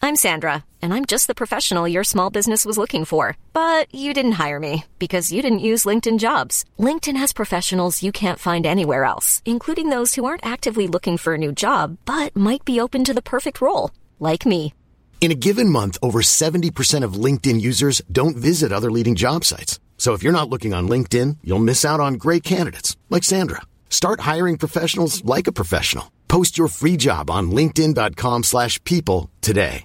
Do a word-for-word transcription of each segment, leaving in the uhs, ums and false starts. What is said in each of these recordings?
I'm Sandra, and I'm just the professional your small business was looking for. But you didn't hire me because you didn't use LinkedIn Jobs. LinkedIn has professionals you can't find anywhere else, including those who aren't actively looking for a new job, but might be open to the perfect role, like me. In a given month, over seventy percent of LinkedIn users don't visit other leading job sites. So if you're not looking on LinkedIn, you'll miss out on great candidates, like Sandra. Start hiring professionals like a professional. Post your free job on linkedin dot com slash people today.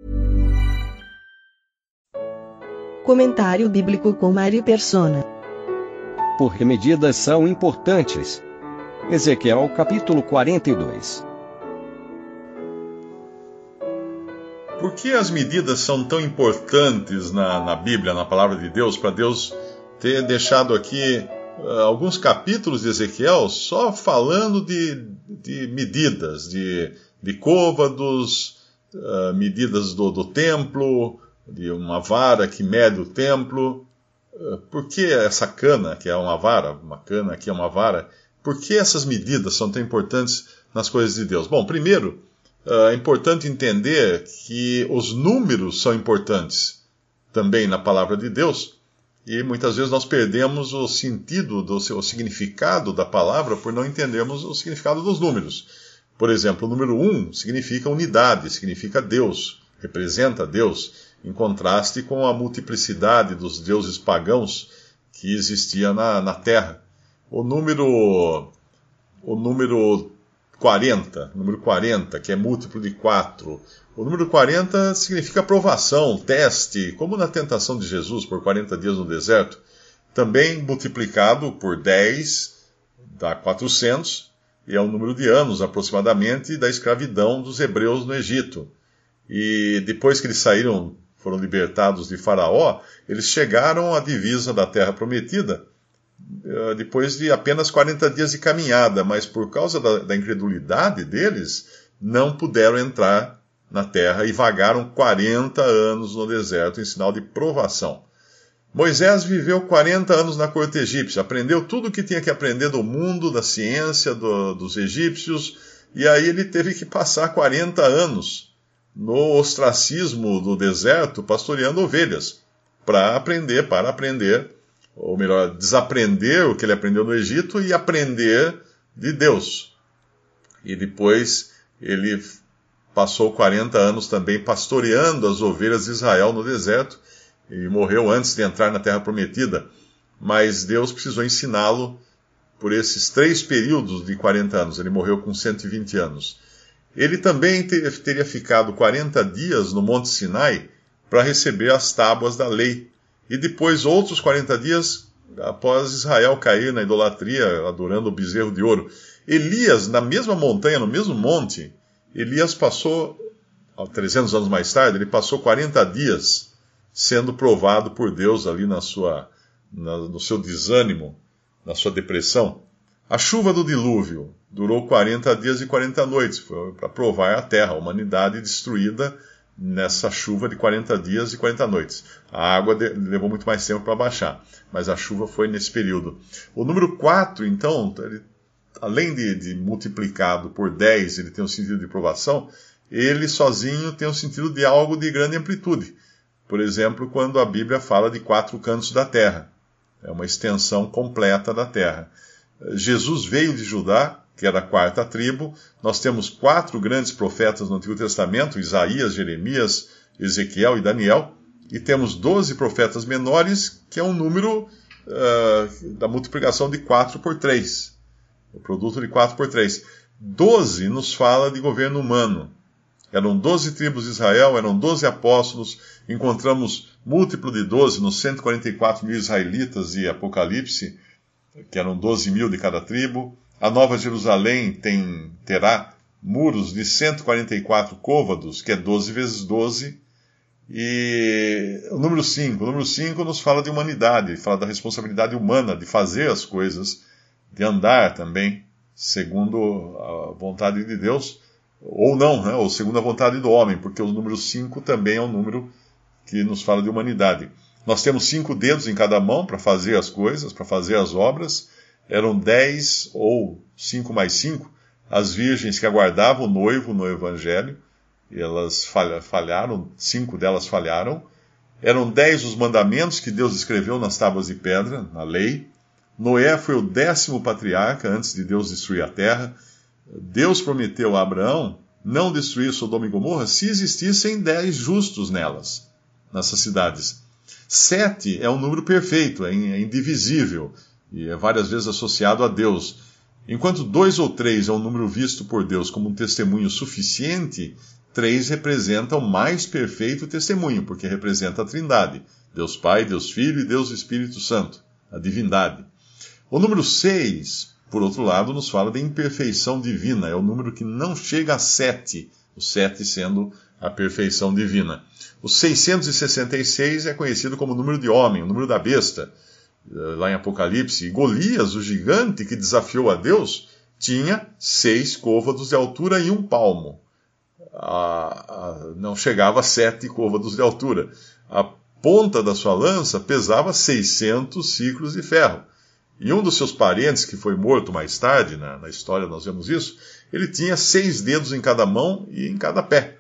Comentário bíblico com Mário Persona. Por que medidas são importantes? Ezequiel capítulo quarenta e dois. Por que as medidas são tão importantes na, na Bíblia, na Palavra de Deus, para Deus ter deixado aqui uh, alguns capítulos de Ezequiel só falando de, de medidas, de, de côvados, uh, medidas do, do templo, de uma vara que mede o templo? Uh, por que essa cana, que é uma vara, uma cana que é uma vara, por que essas medidas são tão importantes nas coisas de Deus? Bom, primeiro, Uh, é importante entender que os números são importantes também na palavra de Deus, e muitas vezes nós perdemos o sentido, do, o significado da palavra por não entendermos o significado dos números. Por exemplo, o número um significa unidade, significa Deus, representa Deus, em contraste com a multiplicidade dos deuses pagãos que existia na, na Terra. O número, o número quarenta, número quarenta, que é múltiplo de quatro. O número quarenta significa provação, teste, como na tentação de Jesus por quarenta dias no deserto. Também multiplicado por dez, dá quatrocentos, e é o número de anos aproximadamente da escravidão dos hebreus no Egito. E depois que eles saíram, foram libertados de Faraó, eles chegaram à divisa da Terra Prometida, depois de apenas quarenta dias de caminhada, mas por causa da, da incredulidade deles, não puderam entrar na terra e vagaram quarenta anos no deserto em sinal de provação. Moisés viveu quarenta anos na corte egípcia, aprendeu tudo o que tinha que aprender do mundo, da ciência, do, dos egípcios, e aí ele teve que passar quarenta anos no ostracismo do deserto, pastoreando ovelhas, para aprender, para aprender, ou melhor, desaprender o que ele aprendeu no Egito e aprender de Deus. E depois ele passou quarenta anos também pastoreando as ovelhas de Israel no deserto e morreu antes de entrar na Terra Prometida. Mas Deus precisou ensiná-lo por esses três períodos de quarenta anos. Ele morreu com cento e vinte anos. Ele também ter, teria ficado quarenta dias no Monte Sinai para receber as tábuas da lei. E depois outros quarenta dias após Israel cair na idolatria, adorando o bezerro de ouro. Elias, na mesma montanha, no mesmo monte, Elias passou, trezentos anos mais tarde, ele passou quarenta dias sendo provado por Deus ali na sua, na, no seu desânimo, na sua depressão. A chuva do dilúvio durou quarenta dias e quarenta noites, foi para provar a terra, a humanidade destruída nessa chuva de quarenta dias e quarenta noites. A água de, levou muito mais tempo para baixar, mas a chuva foi nesse período. O número quatro, então, ele, além de, de multiplicado por dez, ele tem um sentido de provação, ele sozinho tem um sentido de algo de grande amplitude. Por exemplo, quando a Bíblia fala de quatro cantos da terra. É uma extensão completa da terra. Jesus veio de Judá, que era a quarta tribo. Nós temos quatro grandes profetas no Antigo Testamento, Isaías, Jeremias, Ezequiel e Daniel, e temos doze profetas menores, que é um número uh, da multiplicação de quatro por três, o produto de quatro por três. doze nos fala de governo humano. Eram doze tribos de Israel, eram doze apóstolos, encontramos múltiplo de doze nos cento e quarenta e quatro mil israelitas de Apocalipse, que eram doze mil de cada tribo. A Nova Jerusalém tem, terá muros de cento e quarenta e quatro côvados, que é doze vezes doze. E o número cinco. O número cinco nos fala de humanidade, fala da responsabilidade humana de fazer as coisas, de andar também, segundo a vontade de Deus, ou não, né? Ou segundo a vontade do homem, porque o número cinco também é um número que nos fala de humanidade. Nós temos cinco dedos em cada mão para fazer as coisas, para fazer as obras. Eram dez ou cinco mais cinco as virgens que aguardavam o noivo no Evangelho, elas falharam, cinco delas falharam. Eram dez os mandamentos que Deus escreveu nas tábuas de pedra, na lei. Noé foi o décimo patriarca antes de Deus destruir a terra. Deus prometeu a Abraão não destruir Sodoma e Gomorra se existissem dez justos nelas, nessas cidades. Sete é um número perfeito, é indivisível, e é várias vezes associado a Deus. Enquanto dois ou três é um número visto por Deus como um testemunho suficiente, três representa o mais perfeito testemunho, porque representa a Trindade, Deus Pai, Deus Filho e Deus Espírito Santo, a divindade. O número seis, por outro lado, nos fala de imperfeição divina, é o número que não chega a sete, o sete sendo a perfeição divina. O seiscentos e sessenta e seis é conhecido como o número de homem, o número da besta, lá em Apocalipse. E Golias, o gigante que desafiou a Deus, tinha seis côvados de altura e um palmo. A, a, não chegava a sete côvados de altura. A ponta da sua lança pesava seiscentos ciclos de ferro. E um dos seus parentes, que foi morto mais tarde, na, na história nós vemos isso, ele tinha seis dedos em cada mão e em cada pé.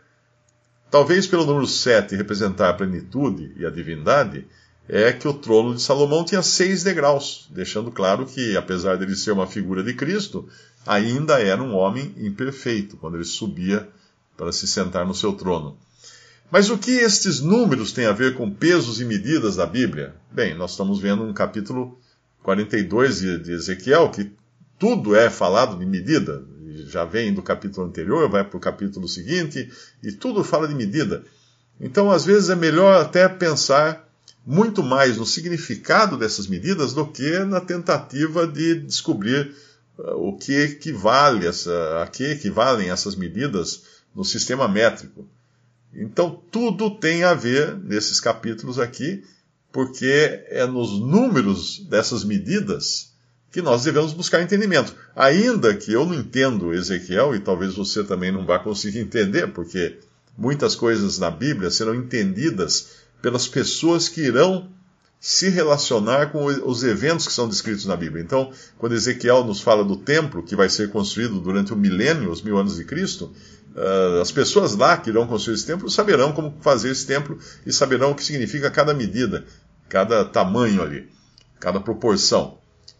Talvez pelo número sete representar a plenitude e a divindade, é que o trono de Salomão tinha seis degraus, deixando claro que, apesar de ele ser uma figura de Cristo, ainda era um homem imperfeito, quando ele subia para se sentar no seu trono. Mas o que estes números têm a ver com pesos e medidas da Bíblia? Bem, nós estamos vendo um capítulo quarenta e dois de Ezequiel, que tudo é falado de medida. Já vem do capítulo anterior, vai para o capítulo seguinte, e tudo fala de medida. Então, às vezes, é melhor até pensar muito mais no significado dessas medidas do que na tentativa de descobrir o que equivale essa, a que equivalem essas medidas no sistema métrico. Então, tudo tem a ver, nesses capítulos aqui, porque é nos números dessas medidas que nós devemos buscar entendimento. Ainda que eu não entendo Ezequiel, e talvez você também não vá conseguir entender, porque muitas coisas na Bíblia serão entendidas pelas pessoas que irão se relacionar com os eventos que são descritos na Bíblia. Então, quando Ezequiel nos fala do templo, que vai ser construído durante o milênio, os mil anos de Cristo, uh, as pessoas lá que irão construir esse templo saberão como fazer esse templo e saberão o que significa cada medida, cada tamanho ali, cada proporção.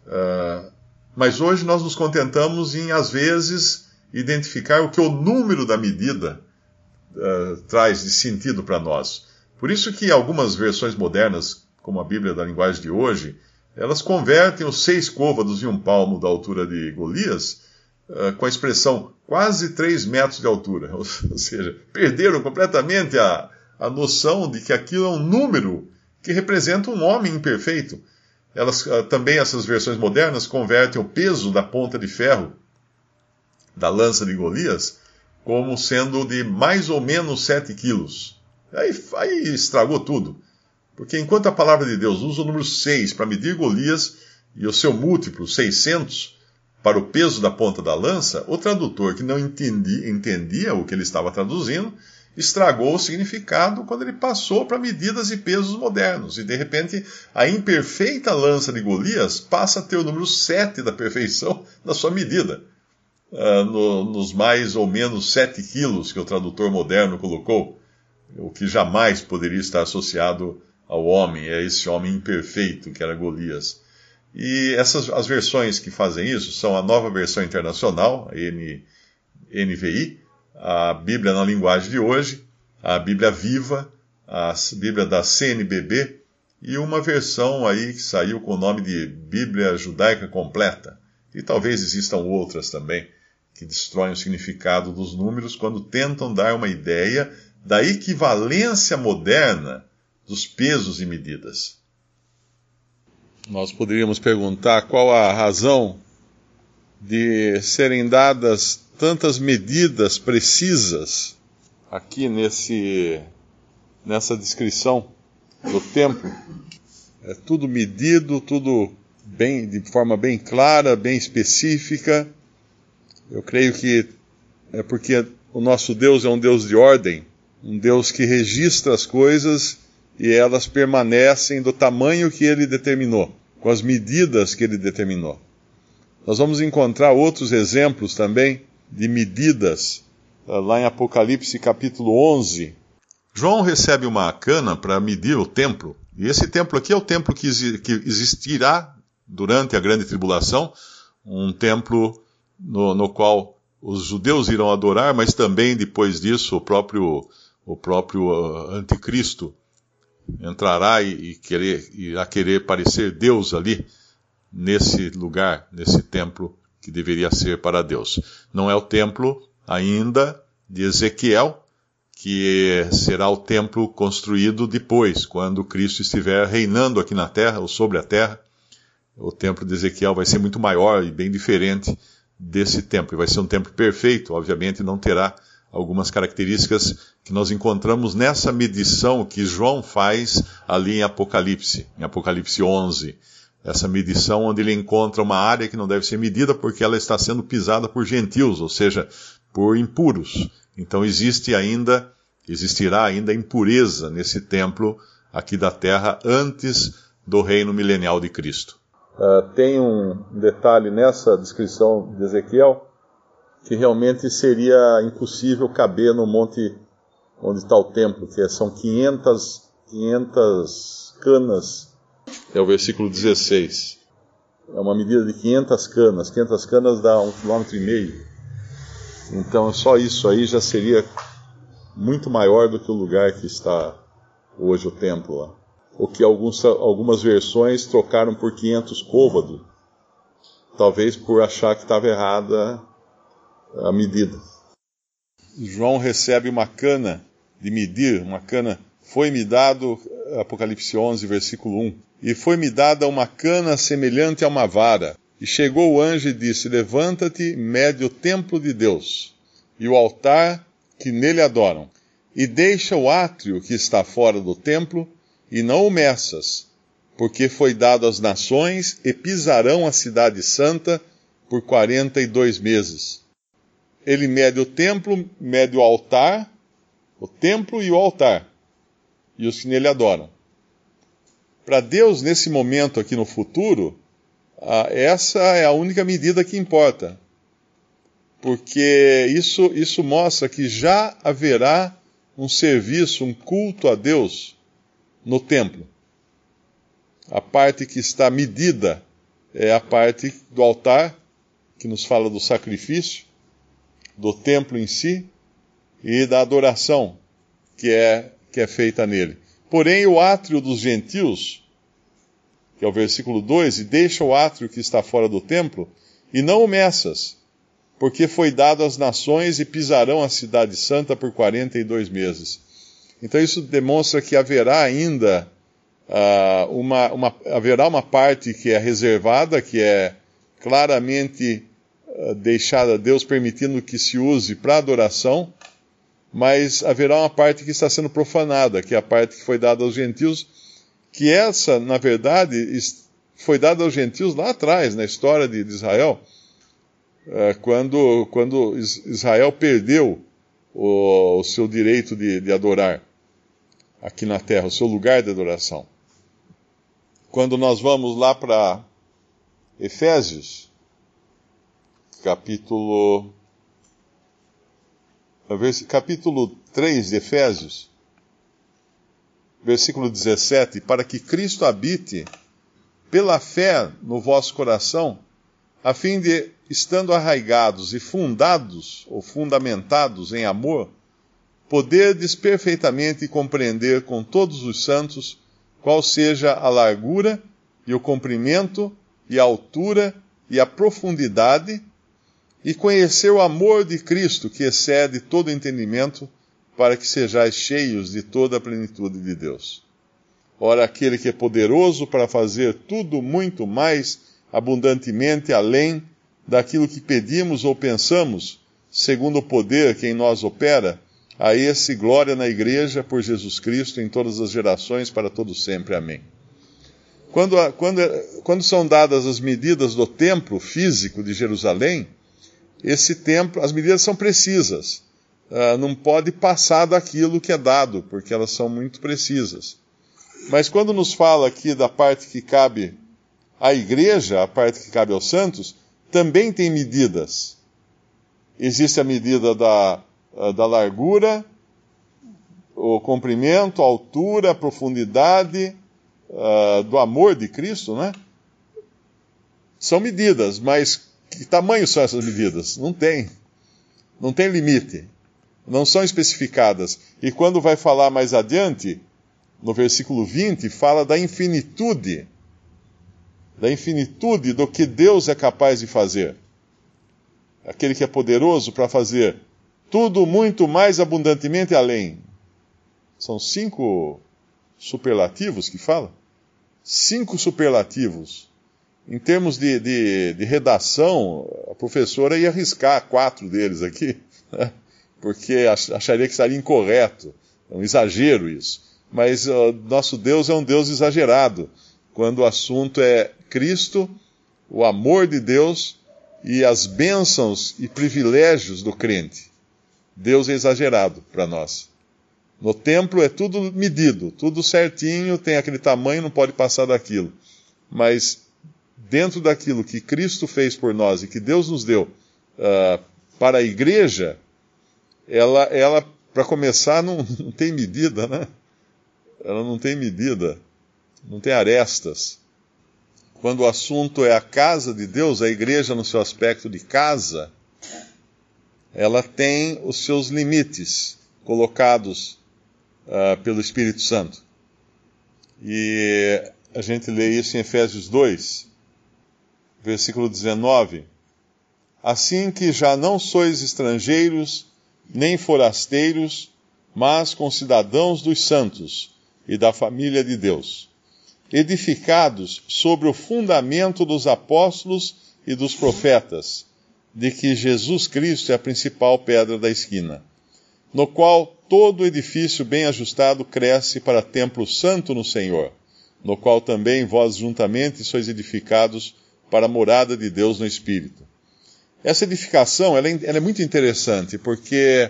Uh, mas hoje nós nos contentamos em, às vezes, identificar o que o número da medida uh, traz de sentido para nós. Por isso que algumas versões modernas, como a Bíblia da linguagem de hoje, elas convertem os seis côvados e um palmo da altura de Golias uh, com a expressão quase três metros de altura. Ou seja, perderam completamente a, a noção de que aquilo é um número que representa um homem imperfeito. Elas, uh, também essas versões modernas convertem o peso da ponta de ferro da lança de Golias como sendo de mais ou menos sete quilos. Aí, aí estragou tudo. Porque enquanto a palavra de Deus usa o número seis para medir Golias e o seu múltiplo, seiscentos, para o peso da ponta da lança, o tradutor que não entendia, entendia o que ele estava traduzindo, estragou o significado quando ele passou para medidas e pesos modernos. E de repente, a imperfeita lança de Golias passa a ter o número sete da perfeição na sua medida. Uh, no, nos mais ou menos sete quilos que o tradutor moderno colocou, o que jamais poderia estar associado ao homem, é esse homem imperfeito que era Golias. E essas, as versões que fazem isso são a Nova Versão Internacional, a N, N V I, a Bíblia na linguagem de hoje, a Bíblia Viva, a Bíblia da C N B B e uma versão aí que saiu com o nome de Bíblia Judaica Completa. E talvez existam outras também que destroem o significado dos números quando tentam dar uma ideia da equivalência moderna dos pesos e medidas. Nós poderíamos perguntar qual a razão de serem dadas tantas medidas precisas aqui nesse, nessa descrição do templo. É tudo medido, tudo bem, de forma bem clara, bem específica. Eu creio que é porque o nosso Deus é um Deus de ordem, um Deus que registra as coisas e elas permanecem do tamanho que Ele determinou, com as medidas que Ele determinou. Nós vamos encontrar outros exemplos também de medidas lá em Apocalipse capítulo onze. João recebe uma cana para medir o templo. E esse templo aqui é o templo que, que existirá durante a grande tribulação, um templo no, no qual os judeus irão adorar, mas também depois disso o próprio, o próprio uh, anticristo entrará e, e querer, irá querer parecer Deus ali, nesse lugar, nesse templo que deveria ser para Deus. Não é o templo ainda de Ezequiel, que será o templo construído depois, quando Cristo estiver reinando aqui na terra, ou sobre a terra. O templo de Ezequiel vai ser muito maior e bem diferente desse templo. Vai ser um templo perfeito, obviamente não terá algumas características que nós encontramos nessa medição que João faz ali em Apocalipse, em Apocalipse onze. Essa medição onde ele encontra uma área que não deve ser medida porque ela está sendo pisada por gentios, ou seja, por impuros. Então existe ainda, existirá ainda impureza nesse templo aqui da terra antes do reino milenial de Cristo. Uh, tem um detalhe nessa descrição de Ezequiel que realmente seria impossível caber no monte onde está o templo, que são quinhentas, quinhentas canas. É o versículo dezesseis. É uma medida de quinhentas canas. quinhentas canas dá um quilômetro e meio. Então só isso aí já seria muito maior do que o lugar que está hoje o templo lá. O que alguns, algumas versões trocaram por quinhentos côvados, talvez por achar que estava errada a medida. João recebe uma cana de medir, uma cana, foi-me dado, Apocalipse onze, versículo um, e foi-me dada uma cana semelhante a uma vara. E chegou o anjo e disse, levanta-te, mede o templo de Deus, e o altar que nele adoram, e deixa o átrio que está fora do templo, e não o meças, porque foi dado às nações, e pisarão a cidade santa por quarenta e dois meses. Ele mede o templo, mede o altar, o templo e o altar, e os que nele adoram. Para Deus, nesse momento aqui no futuro, Ah, essa é a única medida que importa, porque isso, isso mostra que já haverá um serviço, um culto a Deus no templo. A parte que está medida é a parte do altar, que nos fala do sacrifício, do templo em si e da adoração que é, que é feita nele. Porém, o átrio dos gentios, que é o versículo dois, e deixa o átrio que está fora do templo, e não o meças, porque foi dado às nações e pisarão a cidade santa por quarenta e dois meses. Então isso demonstra que haverá ainda uh, uma, uma, haverá uma parte que é reservada, que é claramente uh, deixada a Deus, permitindo que se use para adoração, mas haverá uma parte que está sendo profanada, que é a parte que foi dada aos gentios, que essa, na verdade, foi dada aos gentios lá atrás, na história de, de Israel, quando, quando Israel perdeu o, o seu direito de, de adorar aqui na terra, o seu lugar de adoração. Quando nós vamos lá para Efésios, capítulo, capítulo três de Efésios, versículo dezessete, para que Cristo habite pela fé no vosso coração, a fim de, estando arraigados e fundados, ou fundamentados em amor, poderdes perfeitamente compreender com todos os santos qual seja a largura e o comprimento e a altura e a profundidade, e conhecer o amor de Cristo, que excede todo entendimento, para que sejais cheios de toda a plenitude de Deus. Ora, aquele que é poderoso para fazer tudo muito mais abundantemente além daquilo que pedimos ou pensamos, segundo o poder que em nós opera, a esse glória na Igreja por Jesus Cristo em todas as gerações, para todo sempre. Amém. Quando, quando, quando são dadas as medidas do templo físico de Jerusalém, esse templo, as medidas são precisas. Uh, não pode passar daquilo que é dado, porque elas são muito precisas. Mas quando nos fala aqui da parte que cabe à igreja, a parte que cabe aos santos, também tem medidas. Existe a medida da, uh, da largura, o comprimento, a altura, a profundidade uh, do amor de Cristo, né? São medidas, mas que tamanho são essas medidas? Não tem. Não tem limite. Não são especificadas. E quando vai falar mais adiante, no versículo vinte, fala da infinitude. Da infinitude do que Deus é capaz de fazer. Aquele que é poderoso para fazer tudo muito mais abundantemente além. São cinco superlativos que fala? Cinco superlativos. Em termos de, de, de redação, a professora ia arriscar quatro deles aqui, né? Porque acharia que estaria incorreto. É um exagero isso. Mas uh, nosso Deus é um Deus exagerado, quando o assunto é Cristo, o amor de Deus e as bênçãos e privilégios do crente. Deus é exagerado para nós. No templo é tudo medido, tudo certinho, tem aquele tamanho, não pode passar daquilo. Mas dentro daquilo que Cristo fez por nós e que Deus nos deu uh, para a igreja, ela, ela para começar, não, não tem medida, né? Ela não tem medida, não tem arestas. Quando o assunto é a casa de Deus, a igreja no seu aspecto de casa, ela tem os seus limites colocados uh, pelo Espírito Santo. E a gente lê isso em Efésios dois, versículo dezenove. Assim que já não sois estrangeiros, nem forasteiros, mas concidadãos dos santos e da família de Deus, edificados sobre o fundamento dos apóstolos e dos profetas, de que Jesus Cristo é a principal pedra da esquina, no qual todo edifício bem ajustado cresce para templo santo no Senhor, no qual também vós juntamente sois edificados para a morada de Deus no Espírito. Essa edificação ela é, ela é muito interessante, porque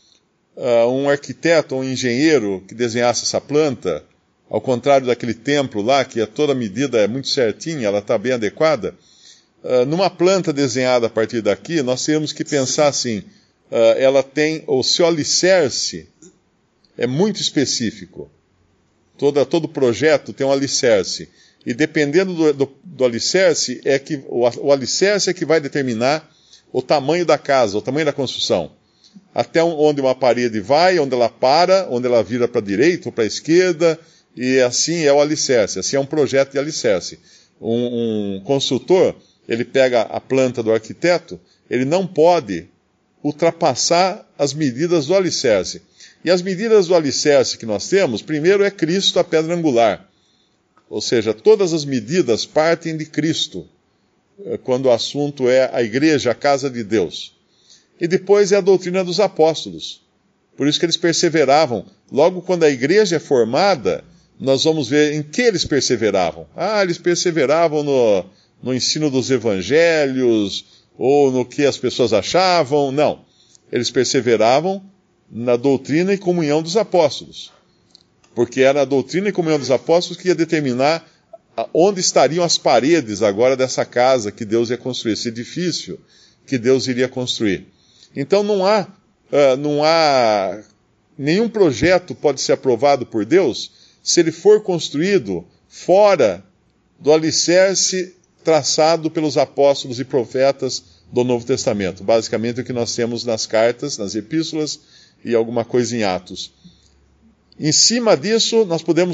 uh, um arquiteto ou um engenheiro que desenhasse essa planta, ao contrário daquele templo lá, que a toda medida é muito certinha, ela está bem adequada, uh, numa planta desenhada a partir daqui, nós temos que pensar assim, uh, ela tem, o seu alicerce é muito específico. Toda, todo projeto tem um alicerce. E dependendo do, do, do alicerce, é que, o, o alicerce é que vai determinar o tamanho da casa, o tamanho da construção. Até onde uma parede vai, onde ela para, onde ela vira para a direita ou para a esquerda, e assim é o alicerce, assim é um projeto de alicerce. Um, um construtor, ele pega a planta do arquiteto, ele não pode ultrapassar as medidas do alicerce. E as medidas do alicerce que nós temos, primeiro é Cristo, a pedra angular. Ou seja, todas as medidas partem de Cristo, quando o assunto é a igreja, a casa de Deus. E depois é a doutrina dos apóstolos. Por isso que eles perseveravam. Logo quando a igreja é formada, nós vamos ver em que eles perseveravam. Ah, eles perseveravam no, no ensino dos evangelhos, ou no que as pessoas achavam. Não. Eles perseveravam na doutrina e comunhão dos apóstolos. Porque era a doutrina e comunhão dos apóstolos que ia determinar onde estariam as paredes agora dessa casa que Deus ia construir, esse edifício que Deus iria construir. Então não há, uh, não há nenhum projeto pode ser aprovado por Deus se ele for construído fora do alicerce traçado pelos apóstolos e profetas do Novo Testamento. Basicamente o que nós temos nas cartas, nas epístolas e alguma coisa em Atos. Em cima disso, nós podemos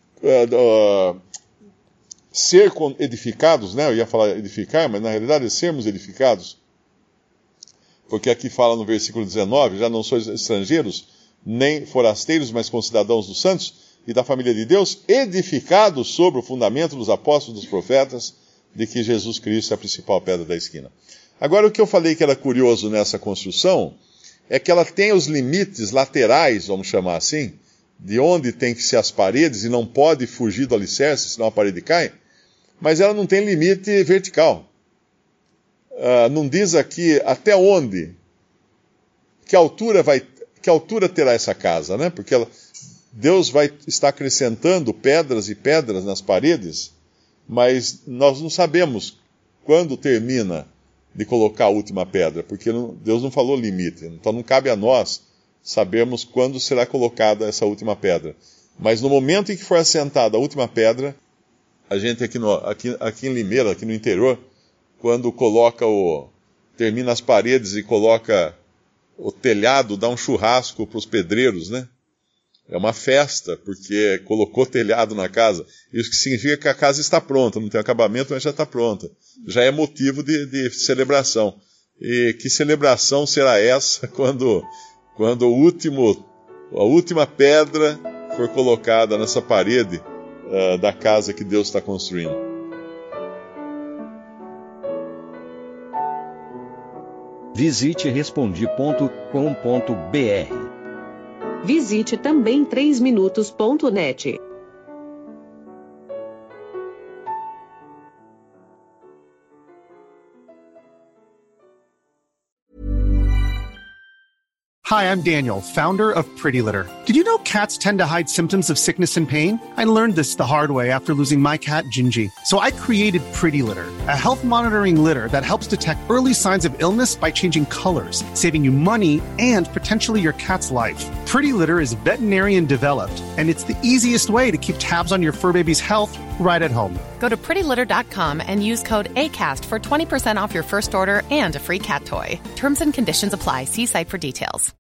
uh, uh, ser edificados, né? Eu ia falar edificar, mas na realidade é sermos edificados. Porque aqui fala no versículo dezenove, já não sois estrangeiros, nem forasteiros, mas concidadãos dos santos e da família de Deus, edificados sobre o fundamento dos apóstolos e dos profetas, de que Jesus Cristo é a principal pedra da esquina. Agora, o que eu falei que era curioso nessa construção, é que ela tem os limites laterais, vamos chamar assim, de onde tem que ser as paredes, e não pode fugir do alicerce, senão a parede cai, mas ela não tem limite vertical. Uh, não diz aqui até onde, que altura, vai, que altura terá essa casa, né? Porque ela, Deus vai estar acrescentando pedras e pedras nas paredes, mas nós não sabemos quando termina de colocar a última pedra, porque não, Deus não falou limite. Então não cabe a nós sabermos quando será colocada essa última pedra. Mas no momento em que for assentada a última pedra, a gente aqui, no, aqui, aqui em Limeira, aqui no interior, quando coloca o... termina as paredes e coloca o telhado, dá um churrasco para os pedreiros, né? É uma festa, porque colocou telhado na casa. Isso que significa que a casa está pronta, não tem acabamento, mas já está pronta. Já é motivo de, de celebração. E que celebração será essa quando, quando o último, a última pedra for colocada nessa parede uh, da casa que Deus está construindo? Visite respondi ponto com ponto br. Visite também três minutos ponto net. Hi, I'm Daniel, founder of Pretty Litter. Did you know cats tend to hide symptoms of sickness and pain? I learned this the hard way after losing my cat, Gingy. So I created Pretty Litter, a health monitoring litter that helps detect early signs of illness by changing colors, saving you money and potentially your cat's life. Pretty Litter is veterinarian developed, and it's the easiest way to keep tabs on your fur baby's health right at home. Go to pretty litter dot com and use code ACAST for twenty percent off your first order and a free cat toy. Terms and conditions apply. See site for details.